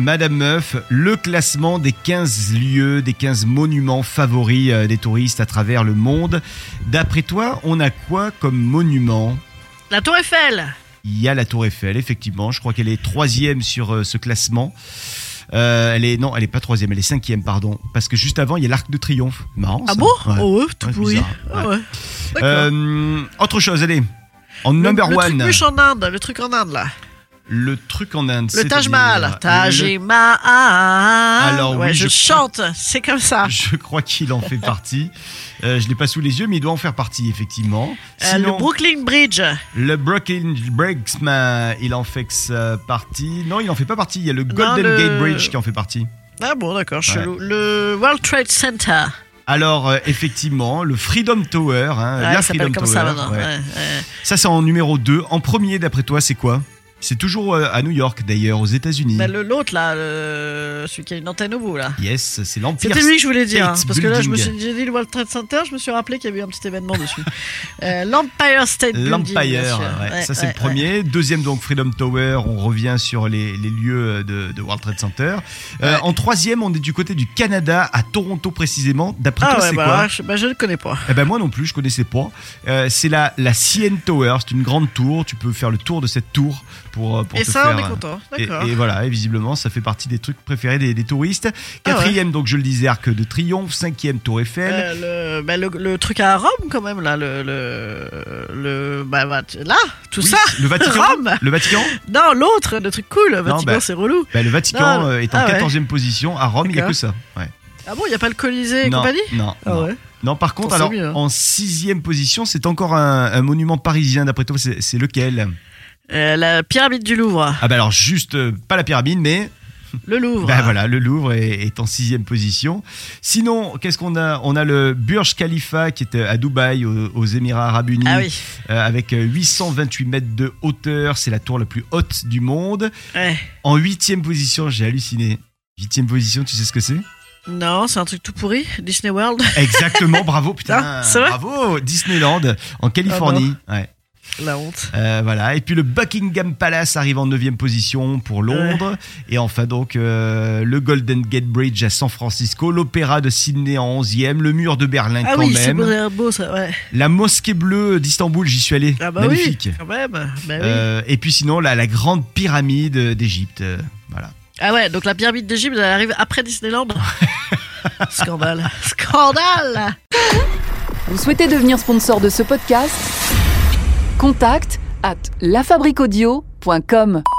Madame Meuf, le classement des 15 lieux, des 15 monuments favoris des touristes à travers le monde. D'après toi, on a quoi comme monument ? La Tour Eiffel. Il y a la Tour Eiffel, effectivement. Je crois qu'elle est 3e sur ce classement. Elle est pas 3e, elle est 5e, pardon. Parce que juste avant, il y a l'Arc de Triomphe. Marrant, ah ça. bon Ouais. Oh ouais, tout Ouais, pourri. bizarre. Ah ouais. Autre chose, allez. En number le one. Le truc en Inde là. Le truc en Inde. Le Taj Mahal. Taj Mahal. Alors ouais, oui, je chante, c'est comme ça. Je crois qu'il en fait partie. Je l'ai pas sous les yeux, mais il doit en faire partie, effectivement. Le Brooklyn Bridge. Le Brooklyn Bridge, il en fait partie. Non, il en fait pas partie. Il y a le Golden Gate Bridge qui en fait partie. Ah bon, d'accord, Ouais. chelou. Le World Trade Center. Alors, effectivement, le Freedom Tower. La Freedom comme Tower. ça maintenant. Ouais. Ouais. Ça, c'est en numéro 2. En premier, d'après toi, c'est quoi ? C'est toujours à New York, d'ailleurs, aux États-Unis. Bah, l'autre là, celui qui a une antenne au bout là. Yes, c'est l'Empire. C'était lui que je voulais dire, State parce que là Building. j'ai dit le World Trade Center, je me suis rappelé qu'il y avait eu un petit événement dessus. L'Empire State Building. L'Empire, bien sûr. ouais. Ça c'est le premier. Ouais. Deuxième, donc Freedom Tower, on revient sur les lieux de World Trade Center. En troisième, on est du côté du Canada, à Toronto précisément. D'après toi, c'est quoi ? Je ne connais pas. Eh ben moi non plus, je connaissais pas. C'est la CN Tower, c'est une grande tour. Tu peux faire le tour de cette tour pour Et te ça, faire. on est content. D'accord. Et voilà, et visiblement, ça fait partie des trucs préférés des touristes. Quatrième, donc je le disais, Arc de Triomphe. Cinquième, Tour Eiffel. Le truc à Rome quand même là, là, tout Oui, ça. Le Vatican. Rome. Le Vatican. Non, l'autre, le truc cool. Le Vatican, c'est relou. Le Vatican Non, est en 14e position. À Rome, il n'y a que ça. Ouais. Ah bon, il n'y a pas le Colisée et Non, compagnie ? non, Ah non. ouais. Non, par contre, Pensez alors, mieux, hein. en 6e position, c'est encore un monument parisien. D'après toi, c'est lequel ? La pyramide du Louvre. Ah bah alors, juste, pas la pyramide, mais... Le Louvre. Ben voilà, le Louvre est en 6e position. Sinon, qu'est-ce qu'on a ? On a le Burj Khalifa qui est à Dubaï, aux Émirats Arabes Unis, Ah oui. avec 828 mètres de hauteur. C'est la tour la plus haute du monde. Ouais. En 8e position, j'ai halluciné. 8e position, tu sais ce que c'est ? Non, c'est un truc tout pourri. Disney World. Exactement, bravo, putain. Ah, c'est vrai ? Bravo, Disneyland, en Californie. Ouais. La honte. Voilà. Et puis le Buckingham Palace arrive en 9e position pour Londres. Ouais. Et enfin donc le Golden Gate Bridge à San Francisco, l'Opéra de Sydney en 11e, le mur de Berlin quand même. Ah oui, c'est beau ça, ouais. La mosquée bleue d'Istanbul, j'y suis allé. Ah bah magnifique. Oui, quand même. Bah oui. Et puis sinon la grande pyramide d'Égypte. Voilà. Ah ouais, donc la pyramide d'Égypte, elle arrive après Disneyland. Scandale. Scandale. Vous souhaitez devenir sponsor de ce podcast ? Contact @lafabriquaudio.com